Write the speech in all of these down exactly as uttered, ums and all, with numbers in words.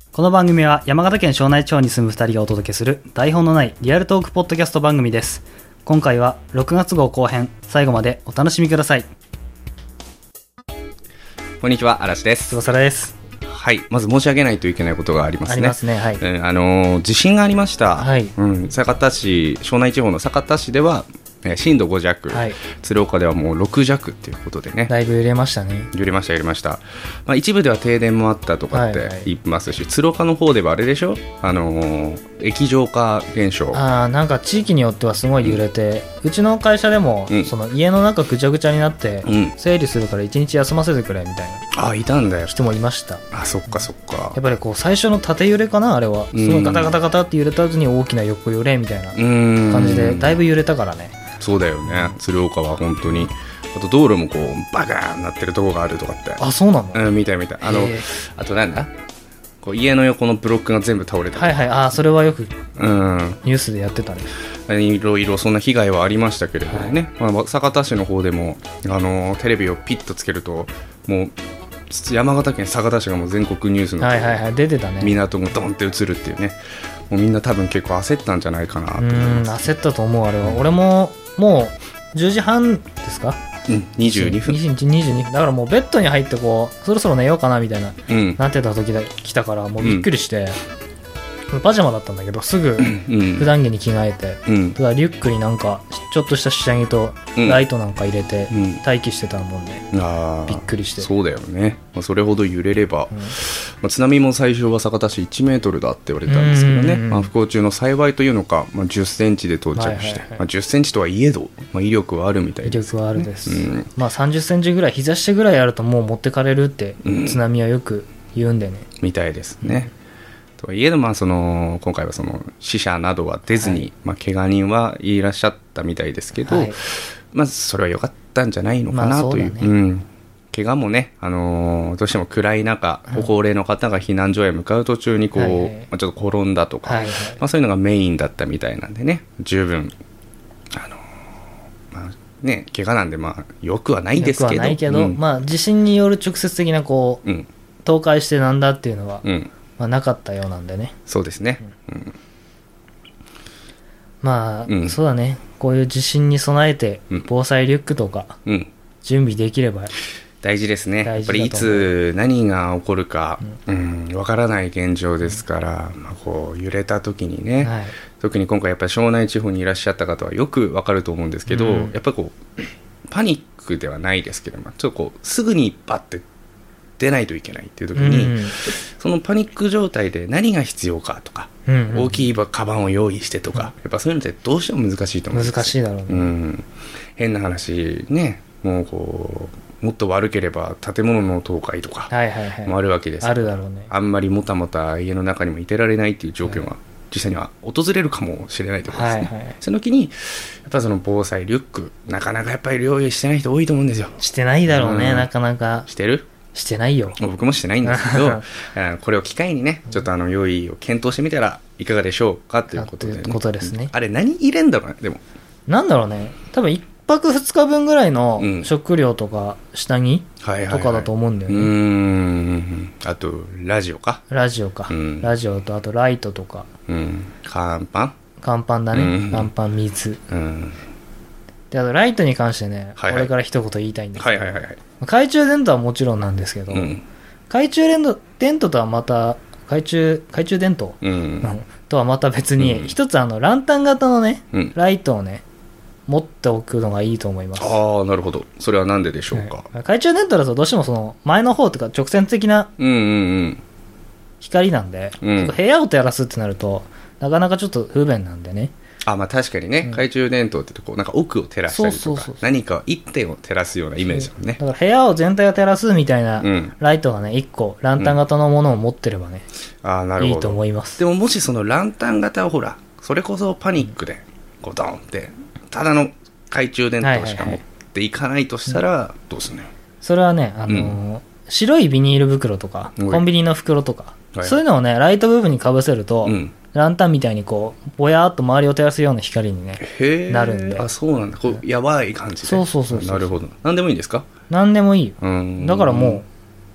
この番組は山形県庄内地方に住むふたりがお届けする台本のないリアルトークポッドキャスト番組です。今回はろくがつ号後編、最後までお楽しみください。 こんにちは、嵐です。 菅原です。 はい、まず申し上げないといけないことがありますね。 ありますね、はい。 うん、あのー、地震がありました、 はいうん、酒田市、庄内地方の酒田市では震度ご弱、はい、鶴岡ではもうろく弱ということでね、 だいぶ揺れましたね。 揺れました揺れました、まあ、一部では停電もあったとかって言いますし、はいはい、鶴岡の方ではあれでしょ、あのー、液状化現象、 あ、なんか地域によってはすごい揺れて、うん、うちの会社でも、うん、その家の中ぐちゃぐちゃになって、うん、整理するから一日休ませてくれみたいな、 あ、いたんだよ、 人もいました。 あ、そっかそっか。 やっぱりこう最初の縦揺れかな、あれはすごいガタガタガタって揺れた後に大きな横揺れみたいな感じでだいぶ揺れたからね。 そうだよね、鶴岡は本当に。あと道路もこうバカーンなってるところがあるとかって。 あ、そうなの、 うん、見たい見たい。あのあとなんだ、こう家の横のブロックが全部倒れてる。 はいはい、あ、それはよくニュースでやってたね、 うん、いろいろそんな被害はありましたけれどもね、はい、まあ、酒田市の方でもあのテレビをピッとつけるともう山形県酒田市がもう全国ニュースの、 はいはいはい、出てたね。 港がドンって映るっていうね、もうみんな多分結構焦ったんじゃないかなと思います。 うん、焦ったと思う、あれは、うん、俺ももうじゅうじはんですか、 うん、にじゅうにふんにじゅうにふんだからもうベッドに入ってこうそろそろ寝ようかなみたいな、うん、なってた時だ来たからもうびっくりして、うん、パジャマだったんだけどすぐ普段着に着替えて、うん、ただリュックになんかちょっとした下着とライトなんか入れて待機してたもんね、うん、あ、びっくりして。 そうだよね、まあ、それほど揺れれば、うん、まあ、津波も最初は酒田市いちメートルだって言われたんですけどね、まあ、不幸中の幸いというのか、まあ、じゅっセンチで到着して、はいはいはい、まあ、じゅっセンチとはいえど、まあ、威力はあるみたいです、ね、 威力はあるです、うん、まあ、さんじゅっセンチぐらい膝下ぐらいあるともう持ってかれるって、うん、津波はよく言うんでね、 みたいですね、うん、とはいえど、まあ、その今回はその死者などは出ずに、はい、まあ、怪我人はいらっしゃったみたいですけど、はい、まあ、それは良かったんじゃないのかなという、まあ、そうだね、うん、怪我もね、あのー、どうしても暗い中、ご高齢の方が避難所へ向かう途中にこう、はいはい、まあ、ちょっと転んだとか、はいはい、まあ、そういうのがメインだったみたいなんでね、十分、あのーまあね、怪我なんで、まあ、よくはないですけど、よくはないけど、 うん、まあ、地震による直接的なこう、うん、倒壊してなんだっていうのは、うん、まあ、なかったようなんでね。 そうですね、うん、 まあ、うん、そうだね、こういう地震に備えて防災リュックとか準備できれば、うん、 大事ですね。やっぱりいつ何が起こるか、うんうん、わからない現状ですから、まあ、こう揺れた時にね、はい、特に今回やっぱり庄内地方にいらっしゃった方はよくわかると思うんですけど、うん、やっぱりこうパニックではないですけど、まあ、ちょっとこうすぐにバッて出ないといけないっていう時に、うん、そのパニック状態で何が必要かとか、うんうん、大きいカバンを用意してとか、うん、やっぱそういうのってどうしても難しいと思うんです。 難しいだろうね、うん、 変な話ね、もうこうもっと悪ければ建物の倒壊とかもあるわけです、 はいはいはい、あるだろうね。 あんまりもたもた家の中にもいてられないっていう状況が実際には訪れるかもしれないということですね、はいはい、その時にやっぱその防災リュックなかなかやっぱり用意してない人多いと思うんですよ。 してないだろうね、うん、なかなか。 してる？ してないよ。 僕もしてないんですけどこれを機会にね、ちょっとあの用意を検討してみたらいかがでしょうかということで、ね、 ということですね。 あれ何入れんだろうね。でもなんだろうね、多分いっぱくふつかぶんぐらいの食料とか下着とかだと思うんだよね、 うん、うーん、あとラジオかラジオか、うん、ラジオとあとライトとか、 うん、乾パン乾パンだね、うん、乾パン水、うん、であとライトに関してね、はいはい、俺から一言言いたいんですけど、はいはいはいはい、懐中電灯はもちろんなんですけど、うん、懐中電灯、電灯とはまた懐中、懐中電灯、うんうん、とはまた別に、うん、一つあのランタン型のね、うん、ライトをね持っておくのがいいと思います。 ああ、なるほど。それはなんででしょうか。 はい、懐中電灯だとどうしてもその前の方とか直線的な光なんで、うんうんうん、部屋を照らすってなるとなかなかちょっと不便なんでね。 あ、まあ確かにね、うん、懐中電灯ってとこうなんか奥を照らしたりとか、そうそうそうそう、何か一点を照らすようなイメージだもんね。 だから部屋を全体を照らすみたいなライトがね、いっこランタン型のものを持ってればね、うん、あ、なるほど、いいと思います。 でももしそのランタン型をほら、それこそパニックでこうドンってただの懐中電灯しか持っていかないとしたらどうすんのよ。 それはね、あのーうん、白いビニール袋とかコンビニの袋とか、はい、そういうのをねライト部分にかぶせると、うん、ランタンみたいにこうぼやーっと周りを照らすような光に、ね、なるんで。 あ、そうなんだ。こうやばい感じで。 そうそうそうそう。 なるほど。何でもいいんですか？ 何でもいいよ。だからもう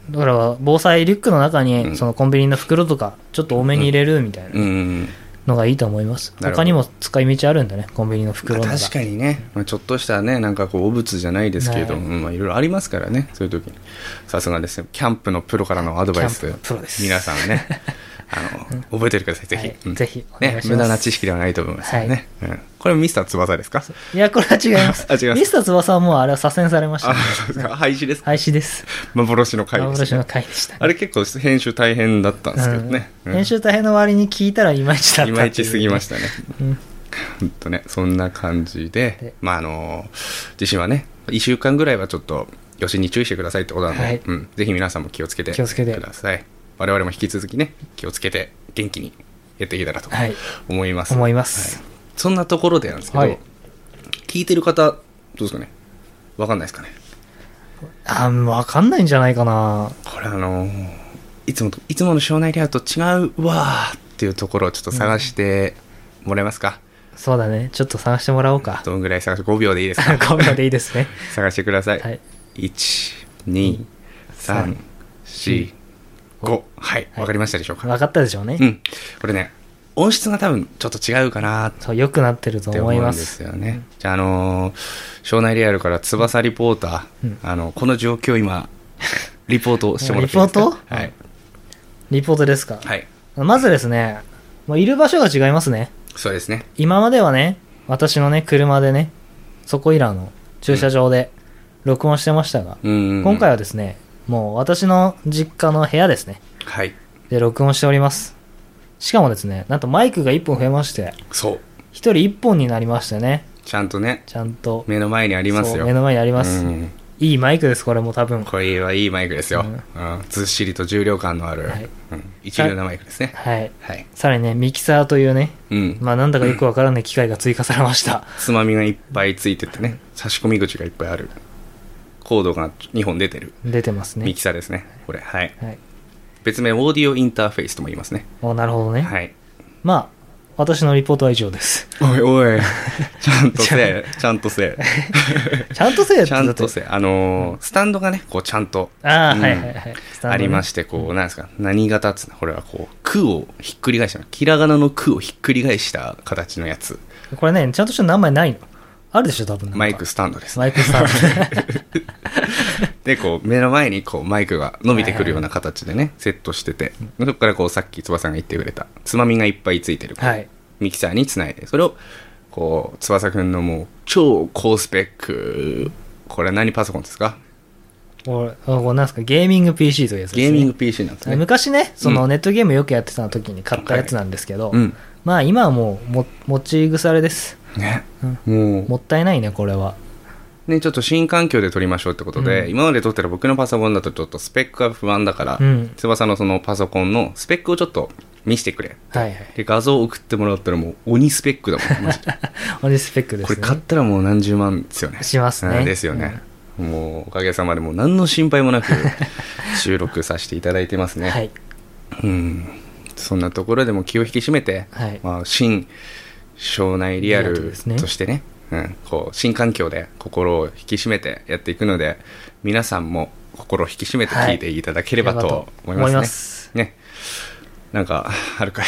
だから防災リュックの中にそのコンビニの袋とかちょっと多めに入れるみたいなのがいいと思います、うんうん、他にも使い道あるんだね、コンビニの袋の中。 確かにね、まあ、ちょっとしたねなんかこう汚物じゃないですけど、はい、うん、まあ、いろいろありますからね、そういう時にさすがですね、キャンプのプロからのアドバイス、皆さんねあの覚えておいてください、ぜひ、はい、うん、 ぜひお願いします、 ね、無駄な知識ではないと思いますよね、はい、うん、これミスター翼ですか？ いや、これは違いますあ、違います。ミスター翼はもうあれは左遷されました、ね、 あ、そうですか。廃止ですか？ 廃止です。 幻の回でした、ね、 幻の回でした、ね、 あれ結構編集大変だったんですけどね、 うんうん、編集大変の割に聞いたらいまいちだったっていう、ね、 いまいちすぎましたね、うん、ほんとね、そんな感じで、まああの地震はねいっしゅうかんぐらいはちょっと余震に注意してくださいってことなので、はい、うん、ぜひ皆さんも気をつけてください。我々も引き続きね気をつけて元気にやっていけたらと思います、 はい、思います、 はい、そんなところでなんですけど、はい、聞いてる方どうですかね、分かんないですかね。 あ、分かんないんじゃないかな。 これあのいつもといつもの庄内リアと違うわーっていうところをちょっと探してもらえますか、 うん、そうだね、ちょっと探してもらおうか。 どんぐらい探して、ごびょうでいいですか？ ごびょうでいいですね探してください、 はい、 いち、に、さん、し、ご、はい、わかりましたでしょうか？ 分かったでしょうね。 うん、これね音質が多分ちょっと違うかなそう、良くなってると思います。 って思うんですよね、うん、じゃあ、あのー、庄内リアルから翼リポーター、うん、あのこの状況今リポートしてもらっていいですか？ リポート？はい、リポートですか？ はい。 まずですね、もういる場所が違いますね。 そうですね。 今まではね、私のね車でね、そこいらの駐車場で録音してましたが、うん、今回はですね、もう私の実家の部屋ですね、 はい、 で録音しております。しかもですね、なんとマイクがいっぽん増えまして、 そう、 ひとりいっぽんになりましてね。 ちゃんとね、 ちゃんと目の前にありますよ。 目の前にあります、うん、いいマイクです。これも多分これはいいマイクですよ、うんうん、ずっしりと重量感のある、はい、うん、一流なマイクですね。 はい、はい、さらにね、ミキサーというね、うん、まあなんだかよくわからない機械が追加されました、 うん、つまみがいっぱいついててね、差し込み口がいっぱいある、コードがにほん出てる、 出てますね、 ミキサーですねこれ、はい、はい、別名オーディオインターフェースとも言いますね。 お、なるほどね。 はい、 まあ私のリポートは以上です。 おいおい、ちゃんとせえ、ちゃんとせえ。 ちゃんとせえってちゃんとせえ。あのーうん、スタンドがね、こうちゃんと、 あ、うん、はいはいはい、スタンドね、 ありまして、こう、なんですか、何型っつうの、これはこう、空をひっくり返した、ひらがなの空をひっくり返した形のやつ。 これね、ちゃんとした名前ないの？あるでしょ、多分。 マイクスタンドです。 マイクスタンド。 で、こう、目の前にこう、マイクが伸びてくるような形でね、はいはい、セットしてて、そこからこう、さっき翼さんが言ってくれた、つまみがいっぱいついてる。はい。ミキサーにつないで、それをこう翼くんのもう超高スペック、これ何パソコンですか？ これこれなんですか？ゲーミング ピーシー というやつですね。 ゲーミング ピーシー なんですね。 昔ね、そのネットゲームよくやってた時に買ったやつなんですけど、はい、うん、まあ今はもうも持ち腐れですね、うん、もうもったいないねこれはね。ちょっと新環境で撮りましょうってことで、うん、今まで撮ってる僕のパソコンだとちょっとスペックが不安だから、うん、翼のそのパソコンのスペックをちょっと見せてくれ、はいはい、で画像を送ってもらったらもう鬼スペックだもんマジで鬼スペックですね。 これ買ったらもう何十万ですよね。 しますね、 うん、ですよね、うん、もうおかげさまでもう何の心配もなく収録させていただいてますね、はい、うん、そんなところでも気を引き締めて、はい、まあ、新庄内リアルとしてね、うん、こう新環境で心を引き締めてやっていくので、皆さんも心を引き締めて聞いていただければと思いますね、はい、思います。ね、なんかあるかい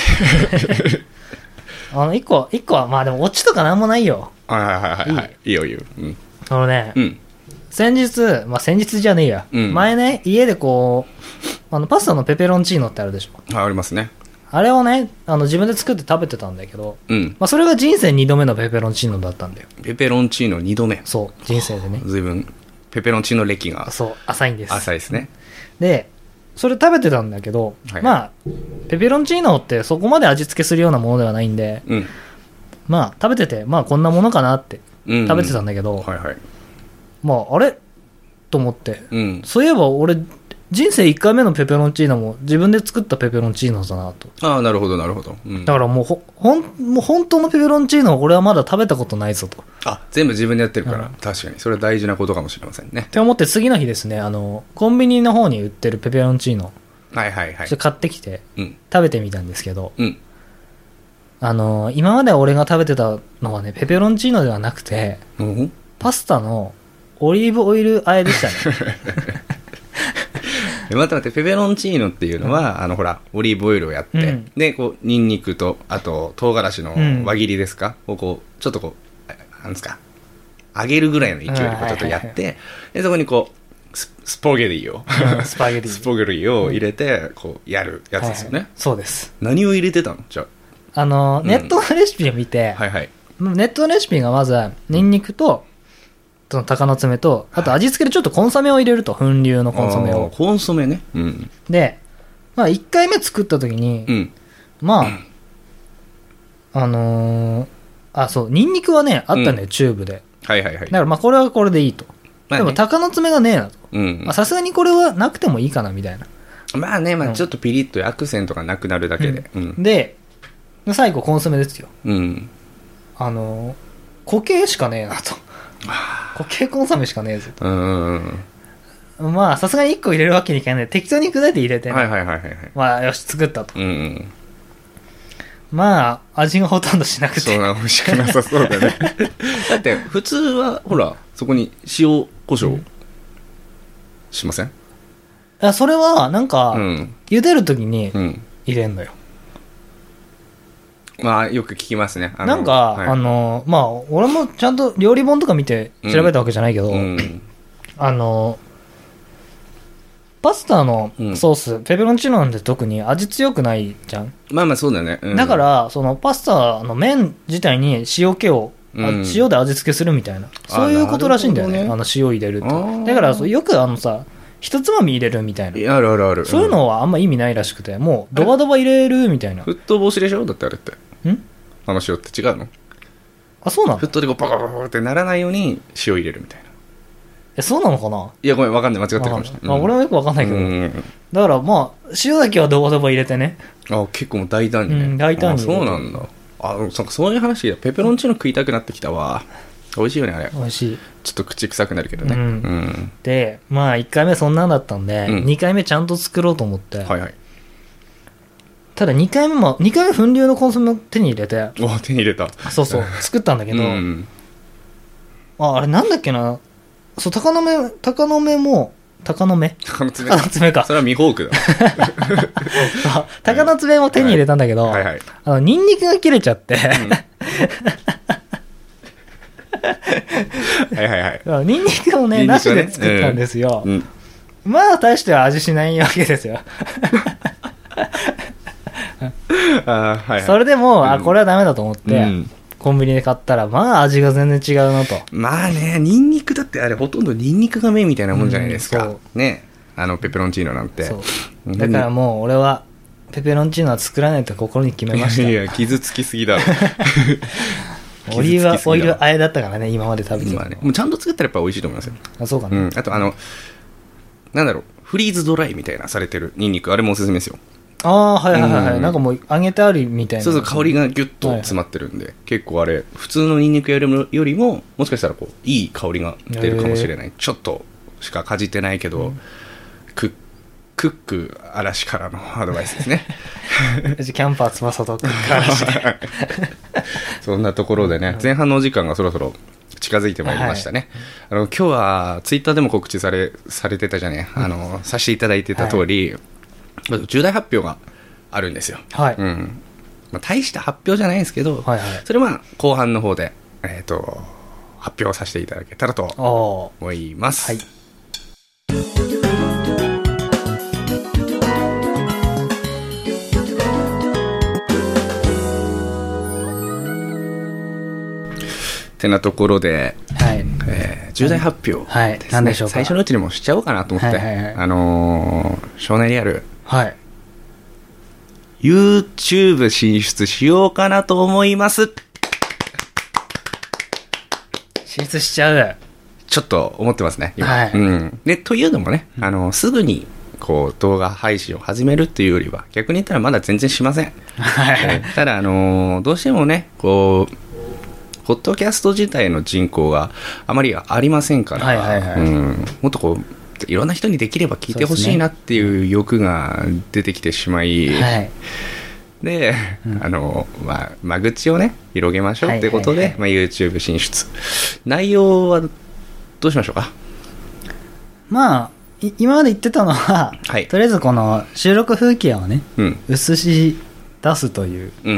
あの一個一個はまあでもオチとかなんもないよ。 はいはいはいはい、いい、いいよいいよ、うん、 あのね、うん、先日まあ先日じゃねえや、うん、前ね家でこうあのパスタのペペロンチーノってあるでしょ。 あ、ありますね。 あれをねあの自分で作って食べてたんだけど、うん、まあ、それが人生にどめのペペロンチーノだったんだよ。 ペペロンチーノにどめ。 そう人生でね。 随分ペペロンチーノ歴がそう浅いんです。 浅いですね。 でそれ食べてたんだけど、はい、まあペペロンチーノってそこまで味付けするようなものではないんで、うん、まあ食べててまあこんなものかなって食べてたんだけど、うんうん、はいはい、まああれと思って、うん、そういえば俺人生いっかいめのペペロンチーノも自分で作ったペペロンチーノだなと。 ああ、なるほどなるほど、うん、 だからもうほほんもう本当のペペロンチーノを俺はまだ食べたことないぞと。 あ、全部自分でやってるから、うん、確かにそれは大事なことかもしれませんねって思って、次の日ですね、あのコンビニの方に売ってるペペロンチーノ、 はいはいはい、 それ買ってきて、うん、食べてみたんですけど、うん、あの今まで俺が食べてたのはねペペロンチーノではなくて、うん、パスタのオリーブオイル和えでしたね待って待って、ペペロンチーノっていうのは、うん、あのほらオリーブオイルをやって、うん、でこうニンニクとあと唐辛子の輪切りですか、うん、をこうちょっとこうなんですか揚げるぐらいの勢いでこうちょっとやって、うんはいはいはい、でそこにこうス, スポゲティを、 うん、スパゲティスポゲティを入れてこうやるやつですよね、はいはい、 そうです。 何を入れてたのじゃあ。 あの、うん、ネットのレシピを見て、 はいはい、 ネットのレシピがまずニンニクとその鷹の爪とあと味付けでちょっとコンソメを入れると、粉流のコンソメを。 コンソメね、うん、 で、まあ、いっかいめ作った時に、うん、まあ、うん、あのー、あそうニンニクはねあったんだよ、うん、チューブで、 はいはいはい、 だからまあこれはこれでいいと、まあね、でも鷹の爪がねえなと、さすがにこれはなくてもいいかなみたいな。 まあね、まあ、ちょっとピリッとアクセントがなくなるだけで、 うんうん、で最後コンソメですよ、 うん、 あの固形しかねえなと固形コンソメしかねえぞと、 うんまあさすがにいっこ入れるわけにいかない、適当に砕いて入れて、ね、 はいはいはいはい、 まあよし作ったと、 うん、 まあ味がほとんどしなくて、 そうな、美味しくなさそうだねだって普通はほらそこに塩コショウしません？ いやそれはなんか、うん、茹でるときに入れんのよ、 まあよく聞きますね。 あのなんか、はい、あのまあ俺もちゃんと料理本とか見て調べたわけじゃないけど、うんうん、あのパスタのソース、うん、ペペロンチーノなんて特に味強くないじゃん。 まあまあそうだね、うん、 だからそのパスタの麺自体に塩気を、うん、塩で味付けするみたいな、そういうことらしいんだよね、あの塩入れると。だからよくあのさ一つまみ入れるみたいな、 あるあるある、 そういうのはあんま意味ないらしくて、もうドバドバ入れるみたいな。 沸騰防止でしょだってあれって。 んあの塩って違うの？ あ、そうなの？ 沸騰でこうパカパカってならないように塩入れるみたいな。 え、そうなのかな？ いやごめん、わかんない、間違ってるかもしれない、 まあ、俺もよくわかんないけど、うん、だからまあ塩だけはドバドバ入れてね。 あ、結構もう大胆にね、 うん、大胆に。 あ、そうなんだ。あ、なんかそういう話でペペロンチーノ食いたくなってきたわ。美味しいよねあれ。 美味しい。 ちょっと口臭くなるけどね、 うんうん、でまあいっかいめそんなんだったんで、うん、にかいめちゃんと作ろうと思って、 はいはい、 ただにかいめもにかいめ粉流のコンソメを手に入れて、 お手に入れた、 そうそう作ったんだけど、うん、あ, あれなんだっけな、そう鷹の目鷹の目も鷹の目鷹の爪鷹の爪か、 それはミホークだ鷹の爪も手に入れたんだけど、はいはいはい、あのニンニクが切れちゃって、うんはいはいはい、 ニンニクを ね, ねなしで作ったんですよ、うんうん、まあ大しては味しないわけですよあ、はいはい、 それでも、うん、あこれはダメだと思って、うん、コンビニで買ったらまあ味が全然違うなと。 まあね、ニンニクだってあれほとんどニンニクがメインみたいなもんじゃないですか、うん、ね、あのペペロンチーノなんて。そうだからもう俺はペペロンチーノは作らないと心に決めました。 いや傷つきすぎだろオリーブオイル和えだったからね今まで食べてたの、まあね、 もうちゃんと作ったらやっぱ美味しいと思いますよ。 あ、そうかね、 うん、あとあのなんだろう、フリーズドライみたいなされてるニンニク、あれもおすすめですよ。 ああ、はいはいはい、うん、なんかもう揚げてあるみたいな。 そうそう、香りがギュッと詰まってるんで、はいはい、結構あれ普通のニンニクよりもよりももしかしたらこういい香りが出るかもしれない。ちょっとしかかじってないけど、うん、ククック嵐からのアドバイスですねキャンパー翼とクック嵐でそんなところでね、前半のお時間がそろそろ近づいてまいりましたね、はい、あの今日はツイッターでも告知され、されてたじゃね、あのさせていただいてた通り、はい、重大発表があるんですよ、 はい、 うん、まあ、大した発表じゃないんですけど、はいはい、それは後半の方で、えーと、発表させていただけたらと思います。はい、てなところで、はい、えー、重大発表ですね、 はい、何でしょうか。 最初のうちにもしちゃおうかなと思って、はいはいはい、あのー、少年リアル、 はい、 YouTube 進出しようかなと思います。 進出しちゃう、 ちょっと思ってますね今、 はい、 うん、でというのもね、あのすぐにこう動画配信を始めるっていうよりは逆に言ったらまだ全然しません、はい、えー、ただ、あのー、どうしてもねこうポッドキャスト自体の人口があまりありませんから、はいはいはい、うん、もっとこういろんな人にできれば聞いてほしいなっていう欲が出てきてしまい、はい、で、うん、あの、まあ、間口をね広げましょうってことで、はいはいはい、まあ、YouTube 進出、内容はどうしましょうか。 まあ今まで言ってたのは、はい、とりあえずこの収録風景をね、うん、映し出すという、うん、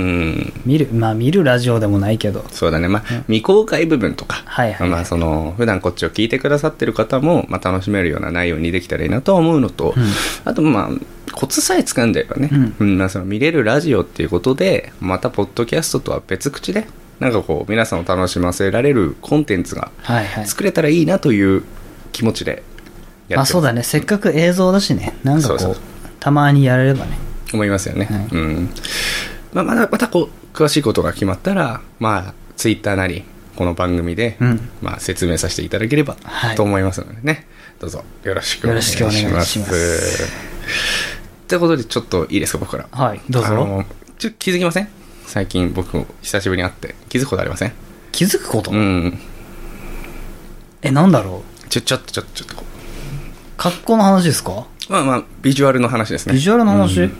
見るまあ見るラジオでもないけど、 そうだね、まあ、うん、未公開部分とか、はいはいはい、まあ、その普段こっちを聞いてくださってる方も、まあ、楽しめるような内容にできたらいいなとは思うのと、うん、あとまあコツさえ掴んでればね、うんうん、まあ、その見れるラジオっていうことでまたポッドキャストとは別口でなんかこう皆さんを楽しませられるコンテンツが作れたらいいなという気持ちでやってます、 はいはい、あ、そうだね、せっかく映像だしね、なんかこう、そうそう、たまにやれればね、 思いますよね、はい、うん、まあ、またまたこう詳しいことが決まったら、まあ、ツイッターなりこの番組で、うん、まあ、説明させていただければと思いますのでね、はい、どうぞよろしくお願いします。よろしくお願いします。ということでちょっといいですか、僕から。 はい、どうぞ。あのちょっと気づきません？最近僕も久しぶりに会って気づくことありません？ 気づくこと？ うん。 え、なんだろう。 ちょちょっとちょっとちょっとこう。 格好の話ですか？ まあまあビジュアルの話ですね。 ビジュアルの話？うん、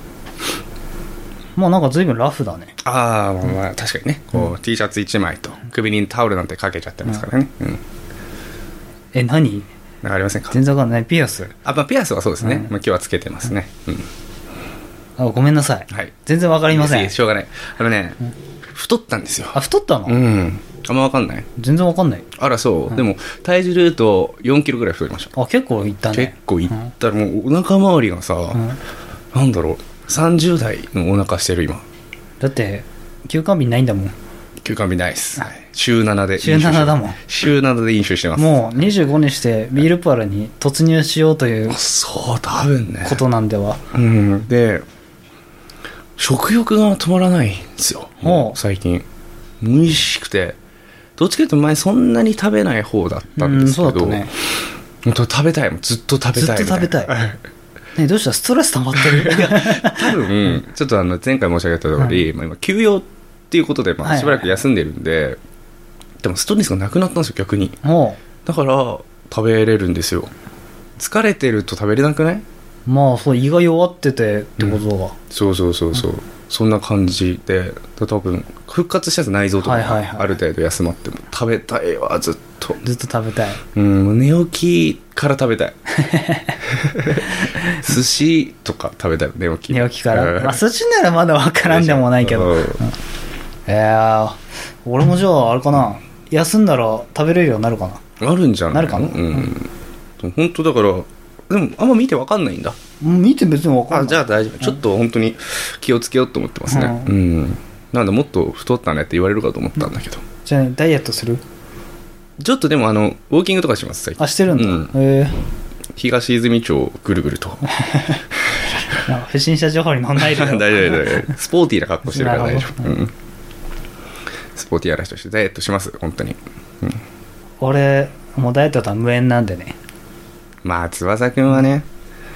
まあなんか随分ラフだね。 ああ、まあ、まあ確かにね。こう、うん、T シャツいちまいと首にタオルなんてかけちゃってますからね。うん。うん、 え、何？ なんかありませんか？ 全然わかんない。ピアス？ あ、まあピアスはそうですね。うん、まあ今日はつけてますね。うん。 あ、ごめんなさい。 はい。 全然わかりません。 しょうがない。あのね、うん、太ったんですよ。 あ、太ったの？ うん。あんまわかんない？全然わかんない。 あら、そう。うん、でも体重でいうとよんキロぐらい太りました。 あ、結構いったね。 結構いったら、もうお腹周りがさ、うん、なんだろう、さんじゅう代のお腹してる今。 だって休館日ないんだもん。 休館日ないです。週ななで週ななだもん。 週ななで飲酒してます。 もうにじゅうごにしてビールパールに突入しようという、 そう多分ね、 ことなんでは。 うん。で、食欲が止まらないんですよ。もう最近美味しくて、どっちかというと前そんなに食べない方だったんですけど、うん、そうだったね。本当食べたいもん、ずっと食べたい。 ずっと食べたい。ね、どうした？ストレス溜まってる？ 多分ちょっとあの前回申し上げた通り、うん、まあ、今休養っていうことで、まあ、しばらく休んでるんで、はいはいはい、でもストレスがなくなったんですよ、逆に。だから食べれるんですよ。疲れてると食べれなくない？ まあそう、胃が弱っててってことが、うん、 そうそうそうそう、うん、そんな感じで、多分復活したやつ内臓とかある程度休まっても食べたいわ、ずっとずっと食べたい。 うん、寝起きから食べたい。寿司とか食べたい、寝起き寝起きから、まあ、寿司ならまだ分からんでもないけど、うん、いや俺もじゃああれかな、休んだら食べれるようになるかな。 あるんじゃない？ なるかな。 うん、うん、本当だから、でもあんま見て分かんないんだ。 見て別に分かんない。 あ、じゃあ大丈夫、うん、ちょっと本当に気をつけようと思ってますね。うん、うん、なんでもっと太ったねって言われるかと思ったんだけど、うん、 じゃあダイエットする？ ちょっとでもあのウォーキングとかします最近。 あ、してるんだ。うん、へえ。 東泉町をぐるぐると。 不審者情報に乗んないでよ。 大丈夫大丈夫。スポーティーな格好してるから大丈夫。うん、スポーティーな人してダイエットします本当に。うん、俺もうダイエットとは無縁なんでね。 まあ翼くんはね。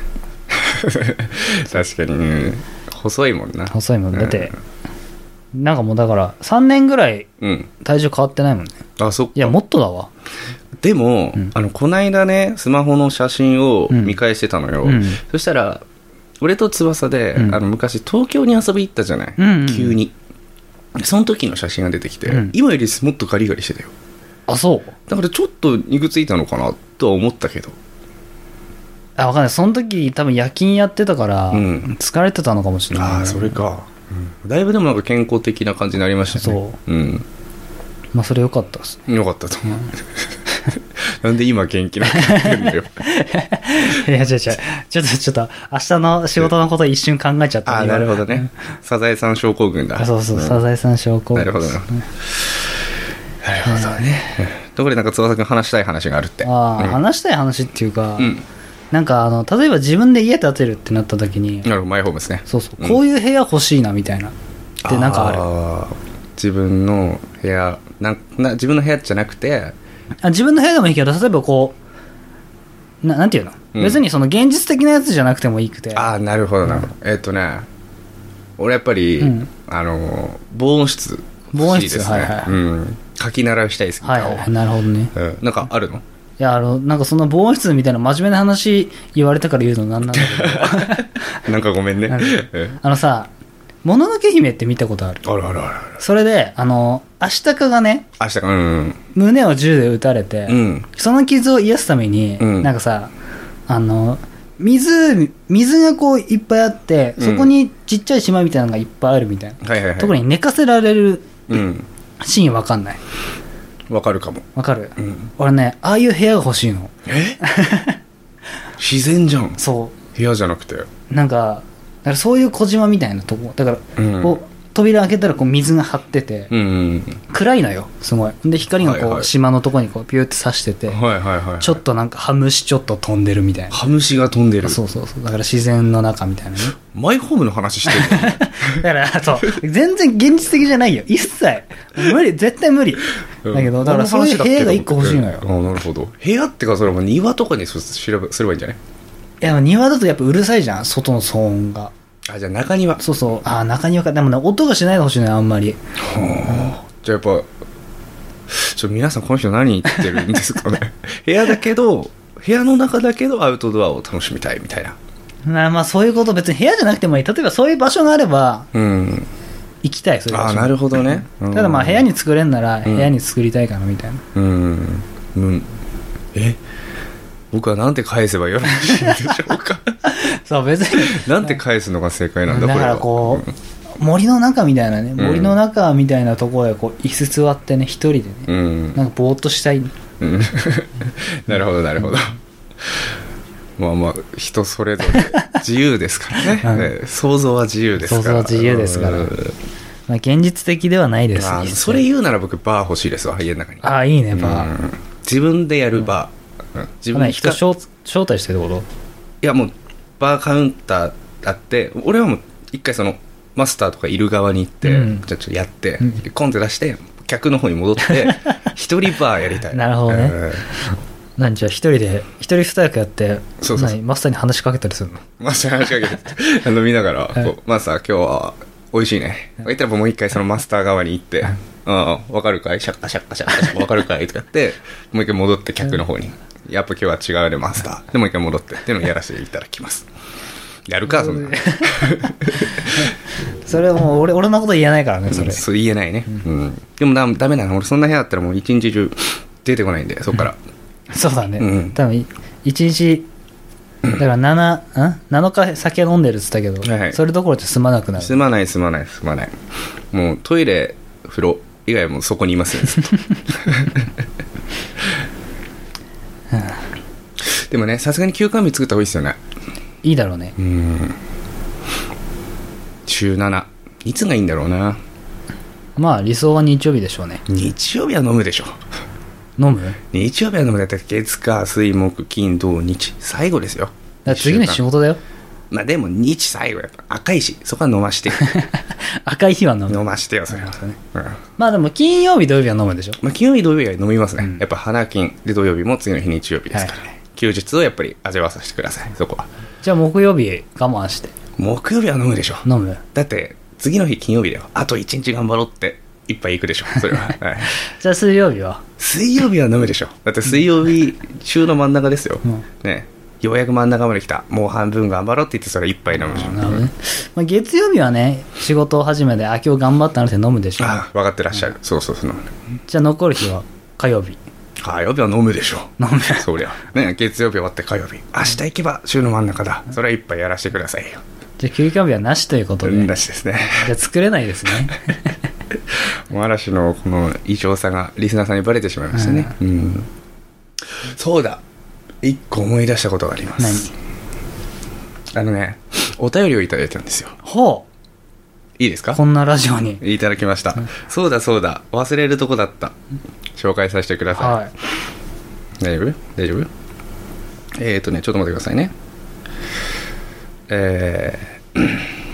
確かに、うん、細いもんな。 細いもんだって、うん、なんかもうだからさんねんぐらい体重変わってないもんね。 うん、あ、そっか。 いやもっとだわ。 でも、うん、あのこないだねスマホの写真を見返してたのよ。うん、そしたら俺と翼で、うん、あの昔東京に遊び行ったじゃない、うんうん、急にその時の写真が出てきて、うん、今よりもっとガリガリしてたよ。 あ、そうだからちょっと肉ついたのかなとは思ったけど。 あ、分かんない。その時多分夜勤やってたから疲れてたのかもしれない、ね。 ああ、それか、うん、だいぶでもなんか健康的な感じになりましたね。そう、うん、 まあそれ良かったですね。 良かったと思う、うん、なんで今元気なこと言ってんだよ。 いや、違う違う、ちょっとちょっと明日の仕事のこと一瞬考えちゃった。 あ、なるほどね。サザエさん症候群だ。 そうそう、うん、サザエさん症候群。 なるほどな。なるほどね。ところでなんか翼くん話したい話があるって。 ああ、うん、話したい話っていうか、うん、なんかあの例えば自分で家建てるってなった時に、 なるほど、マイホームですね。 そうそう、うん、こういう部屋欲しいなみたいなってなんかある。 あ、自分の部屋なな自分の部屋じゃなくて、 あ、自分の部屋でもいいけど、例えばこう な, なんていうの、うん、別にその現実的なやつじゃなくてもいいくて。 ああ、なるほどなるほど、うん、えっとね俺やっぱり、うん、あの防音室欲しいですね。防音室、はいはい、うん、書き習いしたいです。 はいはい、なるほどね、 うん、なんかあるの？ いや、あのなんかそんな防音室みたいな真面目な話言われたから言うのなんなんだけど。なんかごめんね。 あのさ、もののけ姫って見たことある？ あるあるある。それであのアシタカがね、 アシタカ、うん、 胸を銃で撃たれて、うん、その傷を癒すために、うん、なんかさ、 あの水水がこういっぱいあって、そこにちっちゃい島みたいなのがいっぱいあるみたいな、はいはいはい、特に寝かせられるシーンわかんない？ わかるかも。 わかる、うん、俺ね、ああいう部屋が欲しいの。 え自然じゃん。 そう、 部屋じゃなくて、 なんか、だからそういう小島みたいなとこだから、うん、こう扉開けたらこう水が張ってて、うんうん、暗いのよすごい。で光がこう、はいはい、島のとこにこうピューって差してて、はいはいはいはい、ちょっとなんかハムシちょっと飛んでるみたいな。 ハムシが飛んでる。 そうそうそう、だから自然の中みたいなね。 マイホームの話してるだからそう全然現実的じゃないよ一切。無理、絶対無理、うん、だけどだからそういう部屋が一個欲しいのよ。 あ、なるほど。部屋ってかそれも庭とかにすればいいんじゃない？ いや庭だとやっぱうるさいじゃん、外の騒音が。 あ、じゃあ中庭。 そうそう、あ、中庭か。でもね、音がしないでほしいね、あんまり。 はあ、じゃあやっぱちょ皆さんこの人何言ってるんですかね。部屋だけど部屋の中だけどアウトドアを楽しみたいみたいな。 まあまあそういうこと、別に部屋じゃなくてもいい。例えばそういう場所があれば、うん、行きたい。そういう場所。あ、なるほどね。ただまあ部屋に作れんなら部屋に作りたいかなみたいな。うん、うん、え、僕はなんて返せばよろしいでしょうか。そう、別になんて返すのが正解なんだ。 だからこう、うん、森の中みたいなね、森の中みたいなところでこう椅子座ってね、一人でね、うん、なんかぼーっとしたい、うん、 なるほどなるほど。まあまあ人それぞれ自由ですからね、うん、想像は自由ですから。 想像は自由ですから、まあ、現実的ではないです、 まあ、それ言うなら僕バー欲しいですわ、家の中に。 ああ、いいね、バー、うん、 自分でやるバー、うん、自分で人招待してるってこと？ いやもうバーカウンターあって、俺はもう一回そのマスターとかいる側に行って、うん、じゃあちょっとやって、うん、コンテ出して客の方に戻って一人バーやりたい。 なるほどね、えー、何じゃあ一人で一人二役やって、そうそうそう、マスターに話しかけたりするの？ マスターに話しかけて飲みながら、こうマスター今日は美味しいね、言ったらもう一回そのマスター側に行って、ああ分かるかい、シャッカシャッカシャッカシャッカ分かるかいとかってもう一回戻って客の方に、やっぱ今日は違うねマスターでもう一回戻ってっていうのをやらせていただきます。やるかそんな。 それはもう 俺, 俺のこと言えないからね、それ。 そう言えないね、うんうん、でもダメなの、俺そんな部屋だったらもう一日中出てこないんで、そっから、 うん、そうだね、うん、多分一日だから 7, んなのか酒飲んでるっつったけど、はいはい、それどころじゃ済まなくなる。 済まない済まない済まない。もうトイレ風呂以外はもうそこにいますよ、はあ、でもね、さすがに休館日作った方がいいですよね。 いいだろうね。うん、 週なな、いつがいいんだろうな。 まあ理想は日曜日でしょうね。 日曜日は飲むでしょ。 飲む？ 日曜日は飲む。だって月火水木金土日最後ですよ。 だ次の仕事だよ。 まあでも日最後やっぱ赤いし、そこは飲まして赤い日は飲む。 飲ましてよそれは、ね、 うん、まあでも金曜日土曜日は飲むでしょ。 まあ、金曜日土曜日は飲みますね、うん、やっぱ花金で土曜日も次の日日曜日ですから、はい、休日をやっぱり味わわさせてください、そこは。 じゃあ木曜日我慢して。 木曜日は飲むでしょ。 飲む。 だって次の日金曜日だよ。あと一日頑張ろうって一杯いくでしょ、それは、はい、 じゃあ水曜日は水曜日は飲むでしょ。だって水曜日週の真ん中ですよ、うん、ね、ようやく真ん中まで来た、もう半分頑張ろうって言ってそれ一杯飲むでしょ。なるほどね。 まあ、月曜日はね、仕事を始めて、あ、今日頑張ったなって飲むでしょ。 ああ、分かってらっしゃる、うん、そうそうそう。 じゃあ残る日は火曜日。 火曜日は飲むでしょ。 飲む。 そりゃね、月曜日終わって火曜日、明日行けば週の真ん中だ、それは一杯やらせてくださいよ。 じゃあ休暇日はなしということで。 なしですね。 じゃあ作れないですね。 もう嵐のこの異常さがリスナーさんにバレてしまいましたね、うんうん、そうだ、一個思い出したことがあります。何？あのね、お便りをいただいたんですよ。 ほう、いいですか？ こんなラジオにいただきました、うん、そうだそうだ、忘れるとこだった。紹介させてください、はい、大丈夫？大丈夫？えーとね、ちょっと待ってくださいね。えー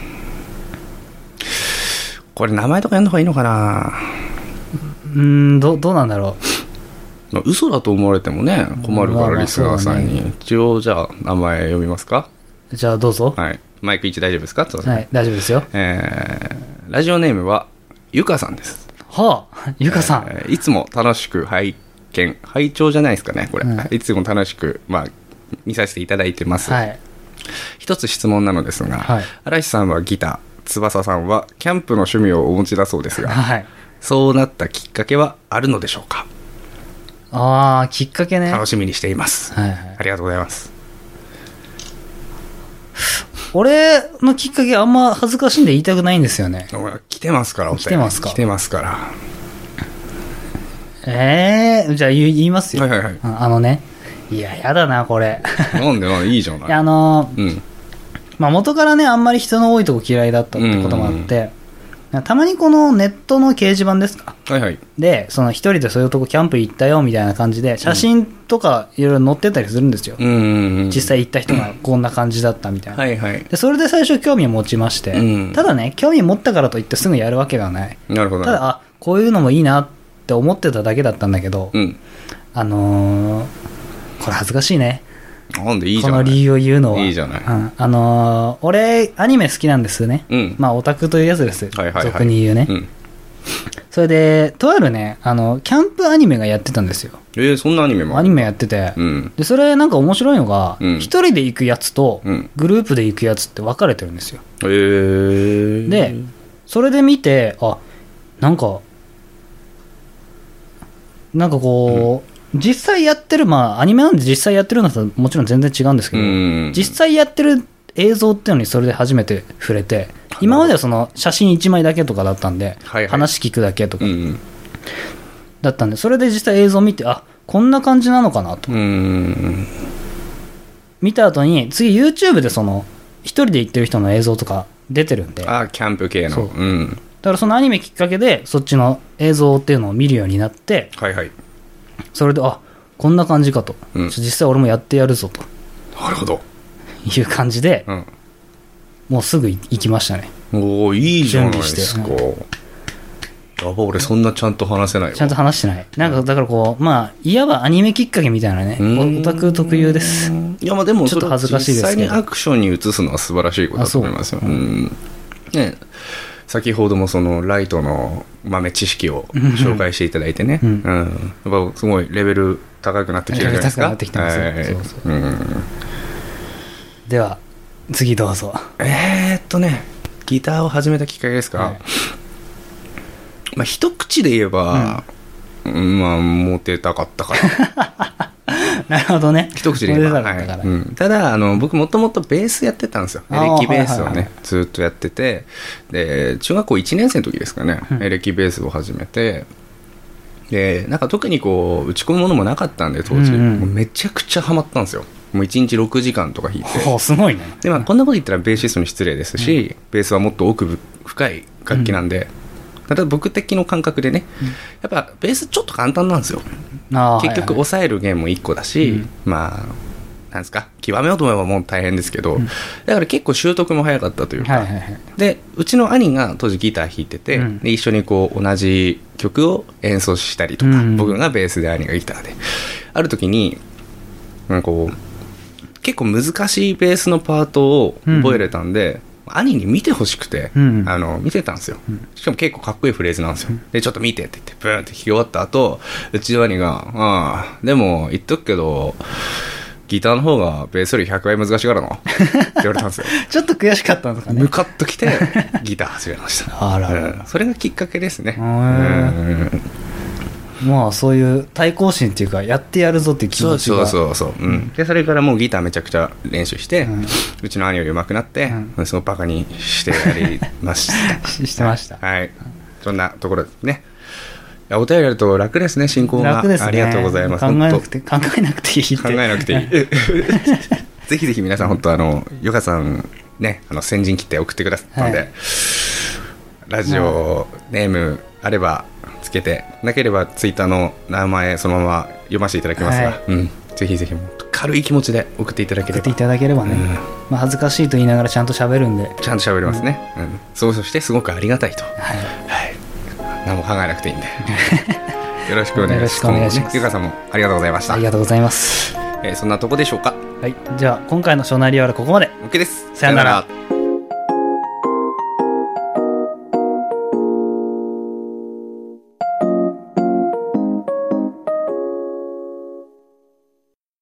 これ名前とかやんの方がいいのかな。 うーん、ど, どうなんだろう。まあ、嘘だと思われてもね困るからリスナーさんに、まあまあね、一応じゃあ名前読みますか。 じゃあどうぞ。 はい、マイクいち大丈夫ですか。 はい、大丈夫ですよ。 えー、ラジオネームはゆかさんです。 はあ、ゆかさん、 えー、いつも楽しく拝見、拝聴じゃないですかねこれ、うん、いつも楽しく、まあ、見させていただいてます、はい、一つ質問なのですが、はい、嵐さんはギター、翼さんはキャンプの趣味をお持ちだそうですが、はい、そうなったきっかけはあるのでしょうか。 ああ、きっかけね。 楽しみにしています、はいはい、ありがとうございます。 俺のきっかけあんま恥ずかしいんで言いたくないんですよね。 来てますから、 来てますか。 来てますから。 えー、じゃあ言いますよ。 はいはいはい。 あのね、いや、やだな、これ。 なんでなんでいいじゃない。 あのー、うん。まあ元からね、あんまり人の多いとこ嫌いだったってこともあって、うんうん、たまにこのネットの掲示板ですか。 はいはい。 で、その一人でそういうとこキャンプ行ったよみたいな感じで、写真とかいろいろ載ってたりするんですよ。うんうんうん、実際行った人がこんな感じだったみたいな。はいはい。で、それで最初興味を持ちまして、うん、ただね、興味持ったからといってすぐやるわけがない。 なるほど。 ただ、あ、こういうのもいいなって思ってただけだったんだけど、うん、あのー、これ恥ずかしいね。 なんでいいじゃない。 この理由を言うのは。 いいじゃない。 うん、あのー、俺、アニメ好きなんですね。うん、まあ、オタクというやつです。はいはいはい、俗に言うね。うん、それで、とあるね、あの、キャンプアニメがやってたんですよ。 えー、そんなアニメもアニメやってて。うん、で、それなんか面白いのが、一、うん、人で行くやつと、グループで行くやつって分かれてるんですよ。へ、えー、で、それで見て、あ、なんか、なんかこう、うん実際やってる、まあ、アニメなんで実際やってるのともちろん全然違うんですけど、実際やってる映像っていうのにそれで初めて触れて、今まではその写真いちまいだけとかだったんで、はいはい、話聞くだけとかだったんで、それで実際映像見て、あ、こんな感じなのかなと。うん見た後に、次 YouTube でその、一人で行ってる人の映像とか出てるんで。 あ、キャンプ系の。うん、 だからそのアニメきっかけで、そっちの映像っていうのを見るようになって、はいはい。それで、あ、こんな感じかと、うん、実際俺もやってやるぞとなるほどいう感じで、うん、もうすぐ行きましたね。 おお、いいじゃないですか。やば、俺そんなちゃんと話せないわ。 ちゃんと話してない。なんかだからこう、まあいわばアニメきっかけみたいなね、オタク特有です。 いや、まあでもちょっと恥ずかしいですけど、実際にアクションに移すのは素晴らしいことだと思いますよ。うん、ね、先ほどもそのライトの豆知識を紹介していただいてね、うんうん、やっぱすごいレベル高くなってきてるじゃないですか。高くなってきてますよ、はい、そうそう、うん、 では次どうぞ。 えー、っとねギターを始めたきっかけですか、はい、まあ一口で言えば、うん、まあモテたかったからなるほどね。 一口で言えば、はい、うん、ただあの僕もともとベースやってたんですよ。エレキベースをね、はいはいはい、ずっとやってて、で中学校いちねん生の時ですかね、うん、エレキベースを始めて、でなんか特にこう打ち込むものもなかったんで当時、うんうん、もうめちゃくちゃハマったんですよ。もういちにちろくじかんとか弾いて。 おすごいね。 で、まあ、こんなこと言ったらベーシストに失礼ですし、うん、ベースはもっと奥深い楽器なんで、うん、ただ僕的の感覚でね、うん、やっぱベースちょっと簡単なんですよ。あ、結局抑える弦もいっこだし、はいはい、まあなんですか、極めようと思えばもう大変ですけど、うん、だから結構習得も早かったというか、はいはいはい、でうちの兄が当時ギター弾いてて、うん、で一緒にこう同じ曲を演奏したりとか、うん、僕がベースで兄がギターで、ある時になんかこう結構難しいベースのパートを覚えれたんで、うん、兄に見てほしくて、うん、あの見てたんですよ、うん、しかも結構かっこいいフレーズなんですよ、うん、でちょっと見てって言ってブーンって弾き終わった後、うちの兄が、ああでも言っとくけどギターの方がベースよりひゃくばい難しいからなって言われたんですよちょっと悔しかったんですかね。 ムカッときてギター始めましたあらら、うん、それがきっかけですね。うん、 まあそういう対抗心っていうかやってやるぞっていう気持ちが、 そうそうそうそう、うん、でそれからもうギターめちゃくちゃ練習して、うん、うちの兄より上手くなって、うん、そのバカにしてやりましたしてました、 はい、そんなところですね。いやお便りやると楽ですね、進行が。楽ですね。ありがとうございます。 考えなくて考えなくていいって考えなくていいぜひぜひ皆さん本当あのヨガさんね、あの先陣切って送ってくださったので、はい、ラジオネームあればつけて、なければツイッターの名前そのまま読ませていただきますが、はい、うん、ぜひぜひ軽い気持ちで送っていただければ、 送っていただければね、うん、まあ、恥ずかしいと言いながらちゃんと喋るんで、 ちゃんと喋りますね、うんうん、そうしてすごくありがたいと、はいはい、何も考えなくていいんでよろしくお願いします。よろしくお願いします。ゆかさんもありがとうございました。 ありがとうございます、 えー、そんなとこでしょうか。 はい、じゃあ今回のショナリオはここまで。 OK です。 さよなら。